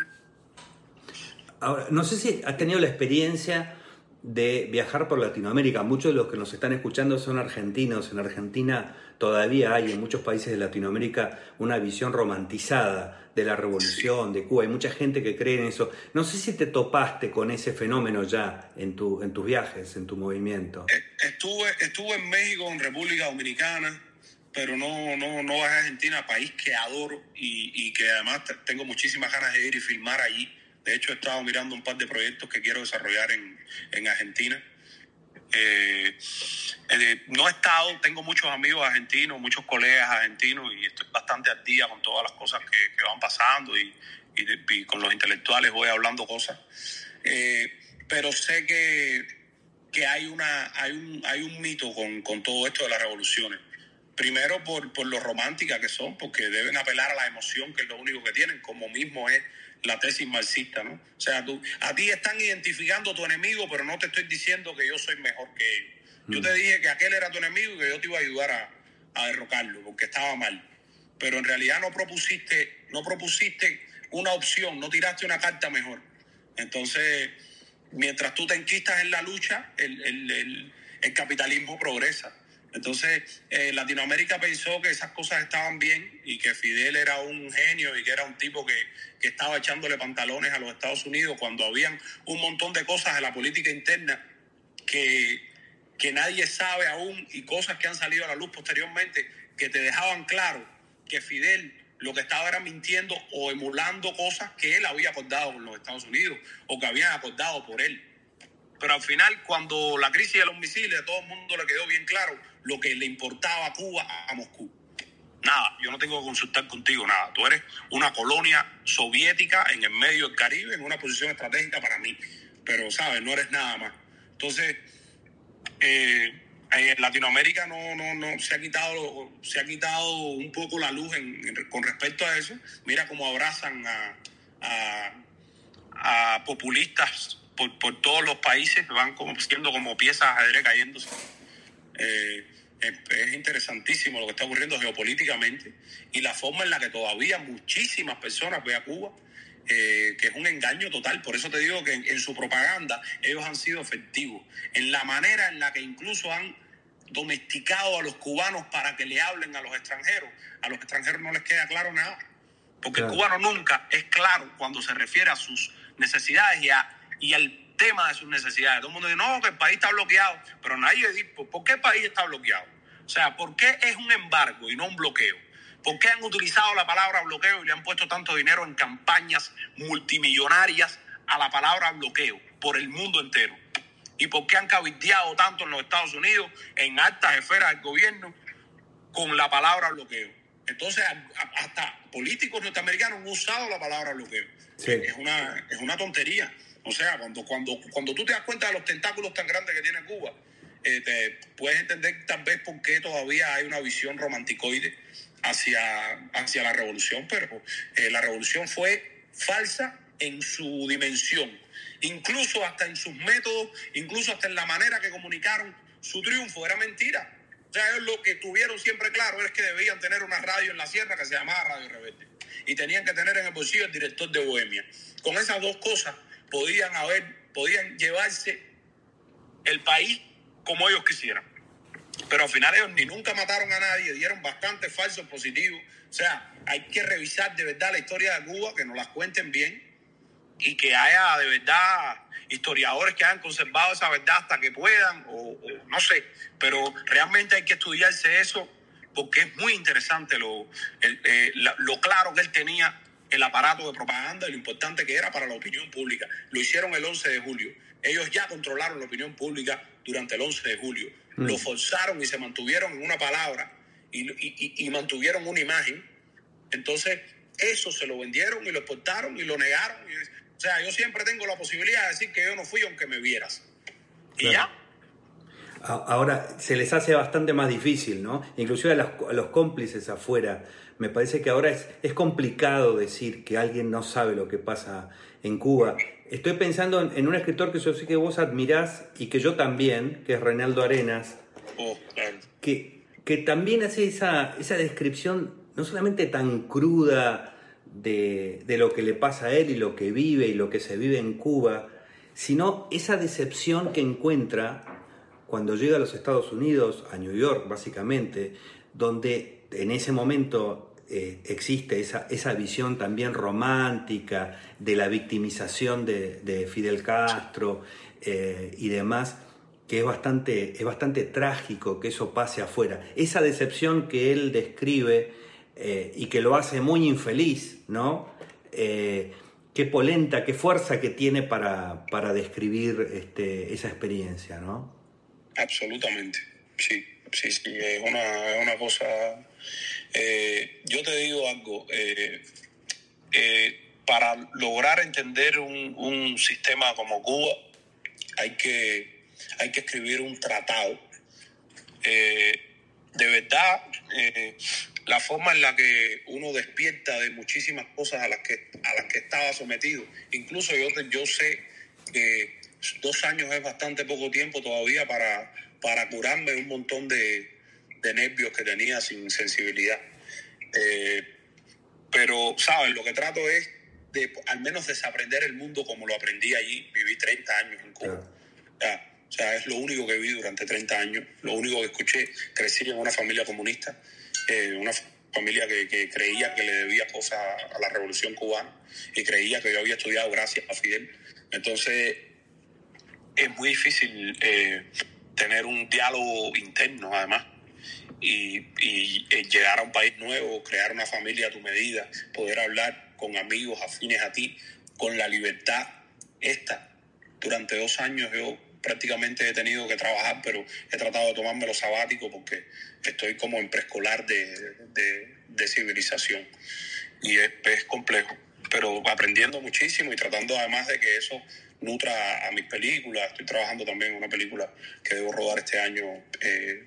Ahora, no sé si has tenido la experiencia de viajar por Latinoamérica. Muchos de los que nos están escuchando son argentinos. En Argentina todavía hay en muchos países de Latinoamérica una visión romantizada de la revolución, de Cuba. Hay mucha gente que cree en eso. No sé si te topaste con ese fenómeno ya en, tu, en tus viajes, en tu movimiento. Estuve, estuve en México, en República Dominicana, pero no, no, no bajé a Argentina, país que adoro y, y que además tengo muchísimas ganas de ir y filmar allí. De hecho, he estado mirando un par de proyectos que quiero desarrollar en, en Argentina. Eh, eh, no he estado, tengo muchos amigos argentinos, muchos colegas argentinos, y estoy bastante al día con todas las cosas que, que van pasando, y, y, y con los intelectuales voy hablando cosas. Eh, pero sé que, que hay, una, hay, un, hay un mito con, con todo esto de las revoluciones. Primero por, por lo románticas que son, porque deben apelar a la emoción, que es lo único que tienen, como mismo es la tesis marxista, ¿no? O sea, tú, a ti están identificando tu enemigo, pero no te estoy diciendo que yo soy mejor que él. Yo te dije que aquel era tu enemigo y que yo te iba a ayudar a, a derrocarlo, porque estaba mal. Pero en realidad no propusiste, no propusiste una opción, no tiraste una carta mejor. Entonces, mientras tú te enquistas en la lucha, el, el, el, el capitalismo progresa. Entonces, eh, Latinoamérica pensó que esas cosas estaban bien y que Fidel era un genio y que era un tipo que, que estaba echándole pantalones a los Estados Unidos, cuando habían un montón de cosas de la política interna que, que nadie sabe aún, y cosas que han salido a la luz posteriormente que te dejaban claro que Fidel lo que estaba era mintiendo o emulando cosas que él había acordado con los Estados Unidos o que habían acordado por él. Pero al final, cuando la crisis de los misiles, a todo el mundo le quedó bien claro lo que le importaba a Cuba, a Moscú. Nada, yo no tengo que consultar contigo nada. Tú eres una colonia soviética en el medio del Caribe, en una posición estratégica para mí. Pero, ¿sabes? No eres nada más. Entonces, eh, en Latinoamérica no, no, no se ha quitado, se ha quitado un poco la luz en, en, con respecto a eso. Mira cómo abrazan a, a, a populistas por, por todos los países, que van como siendo como piezas de ajedrez cayéndose. Eh, es, es interesantísimo lo que está ocurriendo geopolíticamente y la forma en la que todavía muchísimas personas ven a Cuba, eh, que es un engaño total. Por eso te digo que en, en su propaganda ellos han sido efectivos, en la manera en la que incluso han domesticado a los cubanos para que le hablen a los extranjeros. A los extranjeros no les queda claro nada, porque claro, el cubano nunca es claro cuando se refiere a sus necesidades y, a, y al tema de sus necesidades. Todo el mundo dice, no, que el país está bloqueado, pero nadie dice, ¿por qué el país está bloqueado? O sea, ¿por qué es un embargo y no un bloqueo? ¿Por qué han utilizado la palabra bloqueo y le han puesto tanto dinero en campañas multimillonarias a la palabra bloqueo por el mundo entero? ¿Y por qué han cabildeado tanto en los Estados Unidos, en altas esferas del gobierno, con la palabra bloqueo? Entonces, hasta políticos norteamericanos han usado la palabra bloqueo. Sí. Es una, es una tontería. O sea, cuando, cuando, cuando tú te das cuenta de los tentáculos tan grandes que tiene Cuba, eh, te puedes entender tal vez por qué todavía hay una visión romanticoide hacia, hacia la revolución, pero eh, la revolución fue falsa en su dimensión, incluso hasta en sus métodos, incluso hasta en la manera que comunicaron su triunfo, era mentira. O sea, ellos lo que tuvieron siempre claro es que debían tener una radio en la sierra que se llamaba Radio Rebelde y tenían que tener en el bolsillo el director de Bohemia. Con esas dos cosas podían haber, podían llevarse el país como ellos quisieran. Pero al final ellos ni nunca mataron a nadie, dieron bastantes falsos positivos. O sea, hay que revisar de verdad la historia de Cuba, que nos las cuenten bien y que haya de verdad historiadores que hayan conservado esa verdad hasta que puedan, o, o no sé, pero realmente hay que estudiarse eso porque es muy interesante lo, el, eh, la, lo claro que él tenía el aparato de propaganda y lo importante que era para la opinión pública. Lo hicieron el once de julio. Ellos ya controlaron la opinión pública durante el once de julio. Mm. Lo forzaron y se mantuvieron en una palabra y, y, y mantuvieron una imagen. Entonces, eso se lo vendieron y lo exportaron y lo negaron. Y, o sea, yo siempre tengo la posibilidad de decir que yo no fui aunque me vieras. Y claro. Ya. Ahora se les hace bastante más difícil, ¿no? Inclusive a los, a los cómplices afuera. Me parece que ahora es, es complicado decir que alguien no sabe lo que pasa en Cuba. Estoy pensando en, en un escritor que yo sé que vos admirás y que yo también, que es Reinaldo Arenas, oh, claro. que, que también hace esa, esa descripción no solamente tan cruda de, de lo que le pasa a él y lo que vive y lo que se vive en Cuba, sino esa decepción que encuentra cuando llega a los Estados Unidos, a New York básicamente, donde en ese momento eh, existe esa, esa visión también romántica de la victimización de, de Fidel Castro eh, y demás, que es bastante, es bastante trágico que eso pase afuera. Esa decepción que él describe eh, y que lo hace muy infeliz, ¿no? Eh, qué polenta, qué fuerza que tiene para, para describir este, esa experiencia, ¿no? Absolutamente, sí, sí, sí, es una, es una cosa... Eh, yo te digo algo, eh, eh, para lograr entender un, un sistema como Cuba hay que, hay que escribir un tratado. Eh, de verdad, eh, la forma en la que uno despierta de muchísimas cosas a las que, a las que estaba sometido, incluso yo, yo sé que dos años es bastante poco tiempo todavía para, para curarme un montón de, de nervios que tenía sin sensibilidad. Eh, pero, ¿sabes? Lo que trato es de al menos desaprender el mundo como lo aprendí allí. Viví treinta años en Cuba. Ya, o sea, es lo único que vi durante treinta años. Lo único que escuché. Crecí en una familia comunista. Eh, una familia que, que creía que le debía cosas a la revolución cubana y creía que yo había estudiado gracias a Fidel. Entonces... es muy difícil eh, tener un diálogo interno, además, y, y eh, llegar a un país nuevo, crear una familia a tu medida, poder hablar con amigos afines a ti, con la libertad esta. Durante dos años yo prácticamente he tenido que trabajar, pero he tratado de tomarme lo sabático porque estoy como en preescolar de, de, de civilización. Y es, es complejo, pero aprendiendo muchísimo y tratando además de que eso nutra a mis películas. Estoy trabajando también en una película que debo rodar este año, eh,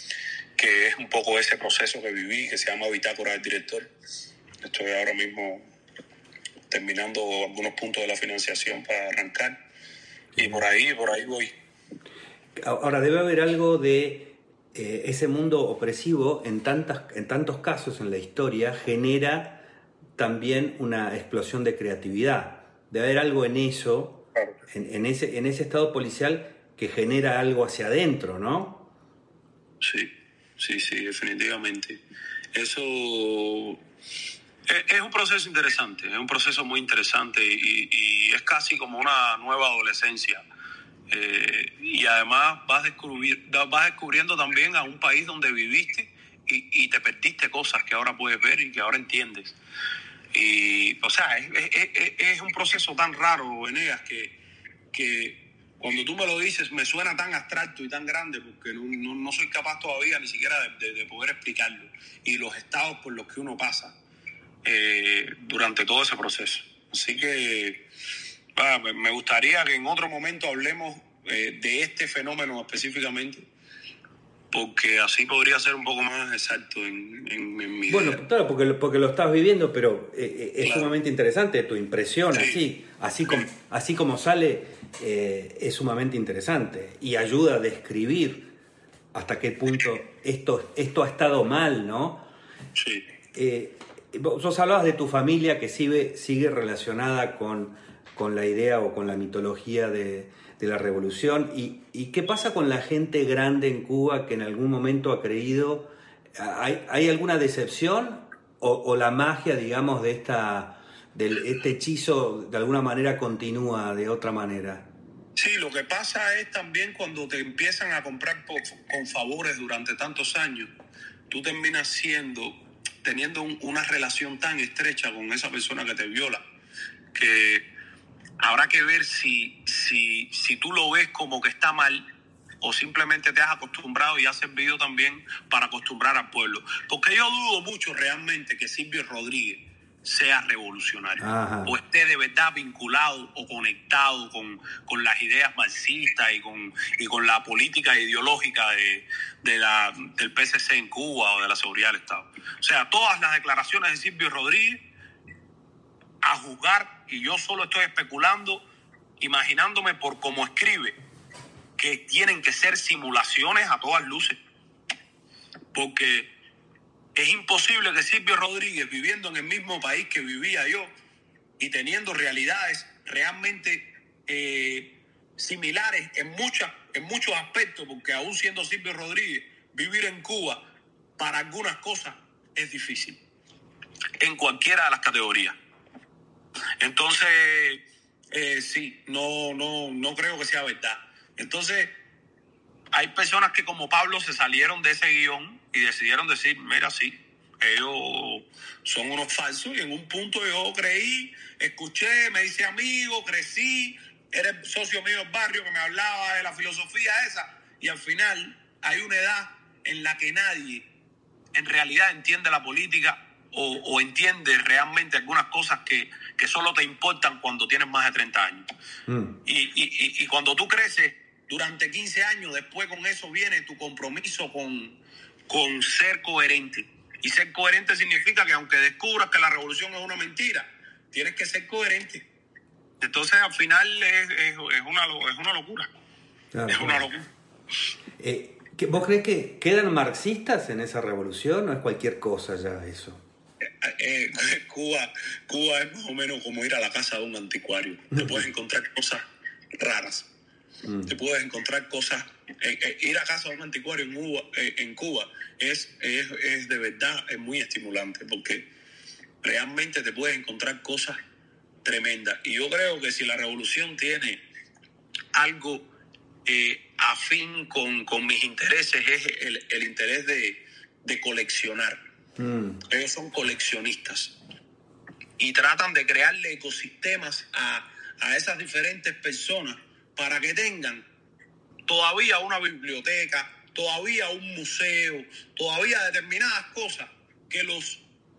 que es un poco ese proceso que viví, que se llama Bitácora del Director. Estoy ahora mismo terminando algunos puntos de la financiación para arrancar y por ahí, por ahí voy. Ahora, debe haber algo de eh, ese mundo opresivo en, tantas, en tantos casos en la historia genera también una explosión de creatividad. Debe haber algo en eso, En, en, ese, en ese estado policial que genera algo hacia adentro, ¿no? Sí, sí, sí, definitivamente. Eso es, es un proceso interesante, es un proceso muy interesante y, y es casi como una nueva adolescencia. Eh, y además vas, descubrir, vas descubriendo también a un país donde viviste y, y te perdiste cosas que ahora puedes ver y que ahora entiendes. Y, o sea, es, es, es, es un proceso tan raro, Venegas, que, que cuando tú me lo dices me suena tan abstracto y tan grande porque no, no, no soy capaz todavía ni siquiera de, de, de poder explicarlo. Y los estados por los que uno pasa eh, durante todo ese proceso. Así que ah, me gustaría que en otro momento hablemos eh, de este fenómeno específicamente, porque así podría ser un poco más exacto en, en, en mi Bueno, idea. claro, porque, porque lo estás viviendo, pero eh, es Claro. sumamente interesante tu impresión, Sí. así, así, como, así como sale, eh, es sumamente interesante y ayuda a describir hasta qué punto esto, esto ha estado mal, ¿no? Sí. Eh, vos hablabas de tu familia que sigue, sigue relacionada con, con la idea o con la mitología de, de la revolución. ¿Y, ¿Y qué pasa con la gente grande en Cuba que en algún momento ha creído? ¿Hay, hay alguna decepción o, o la magia, digamos, de esta, de este hechizo de alguna manera continúa de otra manera? Sí, lo que pasa es también cuando te empiezan a comprar por, con favores durante tantos años, tú terminas siendo, teniendo un, una relación tan estrecha con esa persona que te viola, que habrá que ver si, si, si tú lo ves como que está mal o simplemente te has acostumbrado y has servido también para acostumbrar al pueblo. Porque yo dudo mucho realmente que Silvio Rodríguez sea revolucionario. Ajá. O esté de verdad vinculado o conectado con, con las ideas marxistas y con, y con la política ideológica de, de la, del P S C en Cuba o de la seguridad del Estado. O sea, todas las declaraciones de Silvio Rodríguez, a juzgar, y yo solo estoy especulando, imaginándome por cómo escribe, que tienen que ser simulaciones a todas luces. Porque es imposible que Silvio Rodríguez, viviendo en el mismo país que vivía yo y teniendo realidades realmente eh, similares en, muchas, en muchos aspectos, porque aún siendo Silvio Rodríguez, vivir en Cuba para algunas cosas es difícil, en cualquiera de las categorías. Entonces, eh, sí, no, no, no creo que sea verdad. Entonces, hay personas que como Pablo se salieron de ese guión y decidieron decir, mira, sí, ellos son unos falsos y en un punto yo creí, escuché, me hice amigo, crecí, era el socio mío del barrio que me hablaba de la filosofía esa y al final hay una edad en la que nadie en realidad entiende la política o, o entiende realmente algunas cosas que, que solo te importan cuando tienes más de treinta años. Mm. Y, y, y, y cuando tú creces durante quince años, después con eso viene tu compromiso con, con ser coherente. Y ser coherente significa que aunque descubras que la revolución es una mentira, tienes que ser coherente. Entonces al final es, es, es, una, es una locura. Claro, es una locura. Eh, ¿Vos crees que quedan marxistas en esa revolución o es cualquier cosa ya eso? Eh, eh, Cuba, Cuba es más o menos como ir a la casa de un anticuario. Te puedes encontrar cosas raras. Mm. Te puedes encontrar cosas. Eh, eh, ir a casa de un anticuario en Cuba, eh, en Cuba es, es, es de verdad es muy estimulante porque realmente te puedes encontrar cosas tremendas. Y yo creo que si la revolución tiene algo eh, afín con, con mis intereses, es el, el interés de, de coleccionar. Mm. Ellos son coleccionistas y tratan de crearle ecosistemas a, a esas diferentes personas para que tengan todavía una biblioteca, todavía un museo, todavía determinadas cosas que los,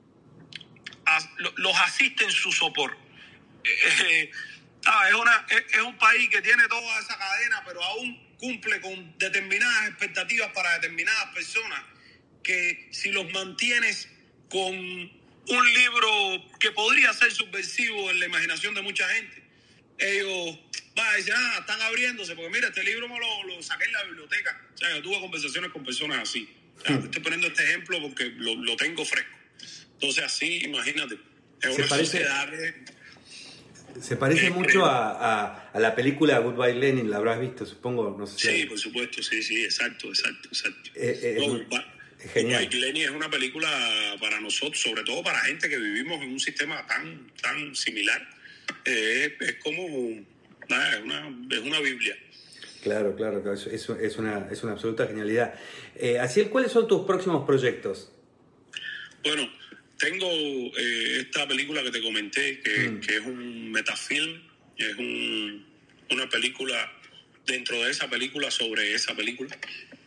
as, los asisten su sopor. Eh, ah, es, una, es, es un país que tiene toda esa cadena, pero aún cumple con determinadas expectativas para determinadas personas que si los mantienes con un libro que podría ser subversivo en la imaginación de mucha gente, ellos van a decir, ah, están abriéndose, porque mira, este libro me lo, lo saqué en la biblioteca. O sea, yo tuve conversaciones con personas así. O sea, te estoy poniendo este ejemplo porque lo, lo tengo fresco. Entonces, así, imagínate, es una parece, sociedad que... Se parece eh, mucho a, a, a la película Goodbye Lenin, la habrás visto, supongo. No sé si sí, hay... por supuesto, sí, sí, exacto, exacto, exacto. Eh, eh, no, es, muy, es genial. Goodbye Lenin es una película para nosotros, sobre todo para gente que vivimos en un sistema tan, tan similar. eh, es como, nada, es una, es una Biblia. Claro, claro, claro, es, es, es una, es una absoluta genialidad. Eh, Asiel, ¿cuáles son tus próximos proyectos? Bueno, tengo eh, esta película que te comenté, que, Mm. que es un metafilm, es un, una película dentro de esa película sobre esa película.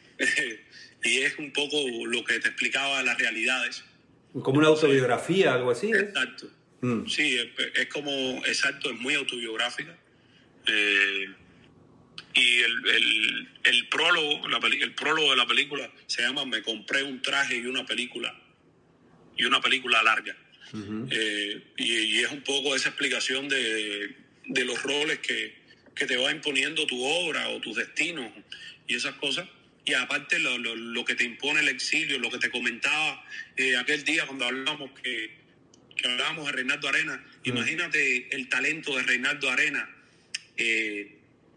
Y es un poco lo que te explicaba de las realidades. ¿Como una autobiografía, algo así? ¿Es? Exacto. Mm. Sí, es, es como, exacto, es muy autobiográfica. Eh, y el, el, el prólogo, la, peli- el prólogo de la película se llama Me compré un traje y una película, y una película larga. Uh-huh. Eh, y, y es un poco esa explicación de, de los roles que, que te va imponiendo tu obra o tus destinos y esas cosas. Y aparte lo, lo, lo que te impone el exilio, lo que te comentaba eh, aquel día cuando hablábamos que, que hablábamos de Reinaldo Arenas. Mm. Imagínate el talento de Reinaldo Arenas eh,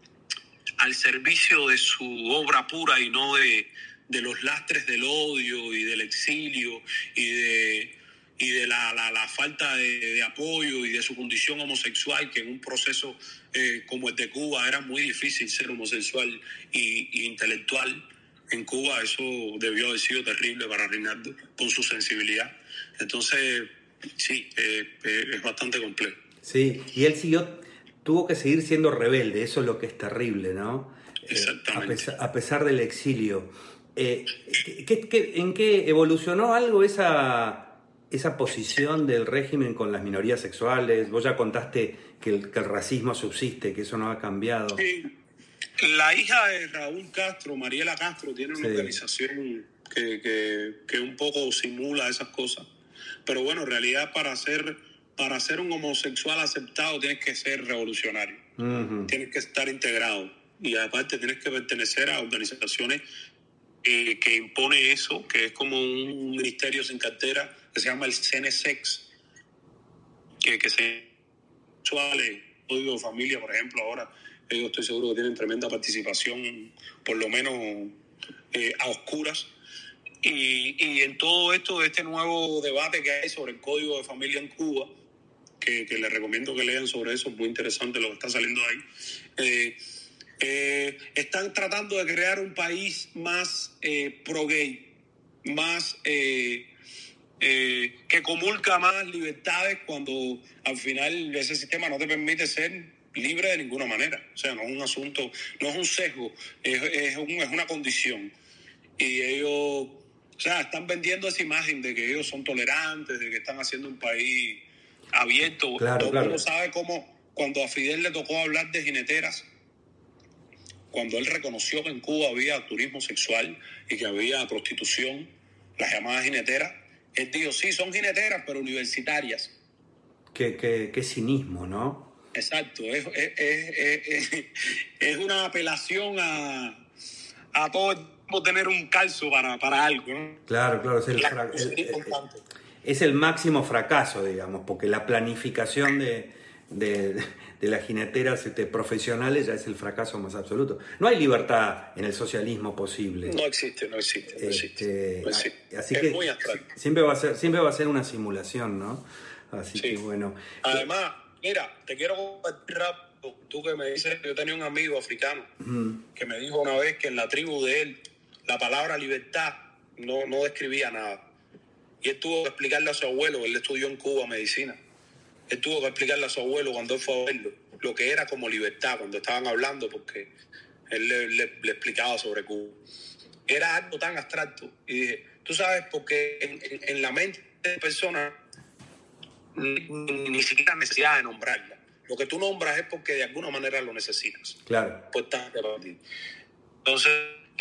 al servicio de su obra pura y no de, de los lastres del odio y del exilio y de... y de la, la, la falta de, de apoyo y de su condición homosexual, que en un proceso eh, como el de Cuba era muy difícil ser homosexual y, y intelectual. En Cuba eso debió haber sido terrible para Reinaldo, con su sensibilidad. Entonces, sí, eh, eh, es bastante complejo. Sí, y él siguió, tuvo que seguir siendo rebelde, eso es lo que es terrible, ¿no? Exactamente. Eh, a, pesar, a pesar del exilio. Eh, ¿qué, qué, ¿En qué evolucionó algo esa... esa posición del régimen con las minorías sexuales? Vos ya contaste que el, que el racismo subsiste, que eso no ha cambiado. Sí. La hija de Raúl Castro, Mariela Castro, tiene una sí. organización que, que, que un poco simula esas cosas. Pero bueno, en realidad para ser, para ser un homosexual aceptado tienes que ser revolucionario. Uh-huh. Tienes que estar integrado. Y aparte tienes que pertenecer a organizaciones eh, que impone eso, que es como un ministerio sin cartera, que se llama el C N S E X, que, que se sexuales, código de familia, por ejemplo, ahora yo estoy seguro que tienen tremenda participación, por lo menos eh, a oscuras. Y, y en todo esto, este nuevo debate que hay sobre el código de familia en Cuba, que, que les recomiendo que lean sobre eso, es muy interesante lo que está saliendo ahí, eh, eh, están tratando de crear un país más eh, pro-gay, más... Eh, Eh, que comulca más libertades cuando al final ese sistema no te permite ser libre de ninguna manera. O sea, no es un asunto, no es un sesgo, es, es, un, es una condición. Y ellos, o sea, están vendiendo esa imagen de que ellos son tolerantes, de que están haciendo un país abierto. Claro, Todo el claro. mundo sabe cómo cuando a Fidel le tocó hablar de jineteras, cuando él reconoció que en Cuba había turismo sexual y que había prostitución, las llamadas jineteras, él dijo, sí, son jineteras, pero universitarias. Qué, qué, qué cinismo, ¿no? Exacto, es, es, es, es, es una apelación a, a todo tener un calzo para, para algo, ¿no? Claro, claro, es el, fra- el, el, es el máximo fracaso, digamos, porque la planificación de, de, de las jineteras este, profesionales ya es el fracaso más absoluto. No hay libertad en el socialismo posible. No existe, no existe, no existe. Este, no existe. Así es que muy abstracto. Siempre va a ser, siempre va a ser una simulación, ¿no? Así sí. que bueno. Además, mira, te quiero compartir rápido. Tú que me dices, yo tenía un amigo africano uh-huh. que me dijo una vez que en la tribu de él la palabra libertad no, no describía nada. Y él tuvo que explicarle a su abuelo, él estudió en Cuba medicina. Él tuvo que explicarle a su abuelo cuando él fue a verlo lo que era como libertad, cuando estaban hablando, porque él le, le, le explicaba sobre Cuba. Era algo tan abstracto. Y dije, tú sabes, porque en, en, en la mente de personas ni, ni, ni siquiera necesidad de nombrarla. Lo que tú nombras es porque de alguna manera lo necesitas. Claro. Pues para ti. Entonces,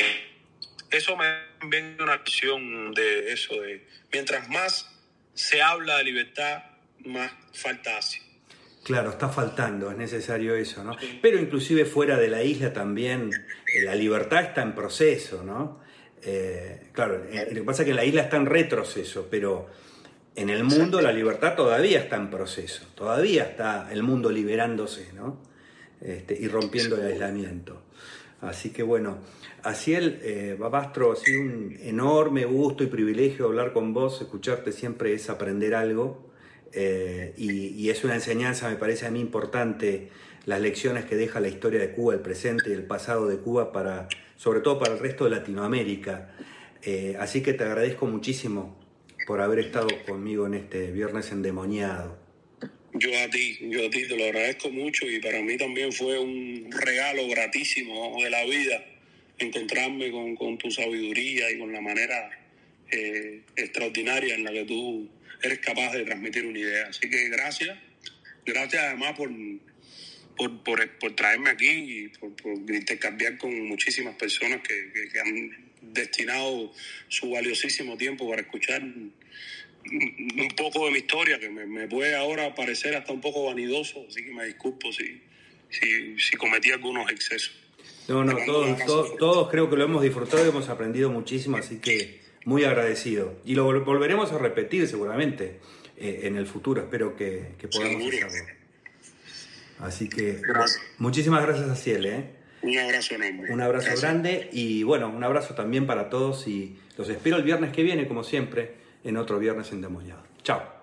eso me viene una visión de eso, de mientras más se habla de libertad, más falta hace. Claro, está faltando, es necesario eso, ¿no? Sí. Pero inclusive fuera de la isla también eh, la libertad está en proceso, ¿no? Eh, claro, eh, lo que pasa es que en la isla está en retroceso, pero en el mundo la libertad todavía está en proceso, todavía está el mundo liberándose, ¿no? Este, y rompiendo el aislamiento. Así que bueno, Asiel eh, Babastro, ha sido un enorme gusto y privilegio hablar con vos, escucharte siempre es aprender algo. eh, y, y es una enseñanza, me parece a mí, importante, las lecciones que deja la historia de Cuba, el presente y el pasado de Cuba, para, sobre todo para el resto de Latinoamérica. Eh, así que te agradezco muchísimo por haber estado conmigo en este Viernes Endemoniado. Yo a ti, yo a ti te lo agradezco mucho, y para mí también fue un regalo gratísimo de la vida encontrarme con, con tu sabiduría y con la manera eh, extraordinaria en la que tú eres capaz de transmitir una idea. Así que gracias, gracias además por, por, por, por traerme aquí y por, por intercambiar con muchísimas personas que, que, que han destinado su valiosísimo tiempo para escuchar un poco de mi historia, que me, me puede ahora parecer hasta un poco vanidoso, así que me disculpo si, si, si cometí algunos excesos. No, no, todos, todos, todos creo que lo hemos disfrutado y hemos aprendido muchísimo, así que muy agradecido. Y lo volveremos a repetir seguramente eh, en el futuro, espero que, que podamos Seguro. hacerlo. Así que Gracias. Muchísimas gracias a Ciel, ¿eh? Un abrazo enorme. Un abrazo Gracias. grande y bueno, un abrazo también para todos y los espero el viernes que viene, como siempre, en otro Viernes Endemoniado. Chao.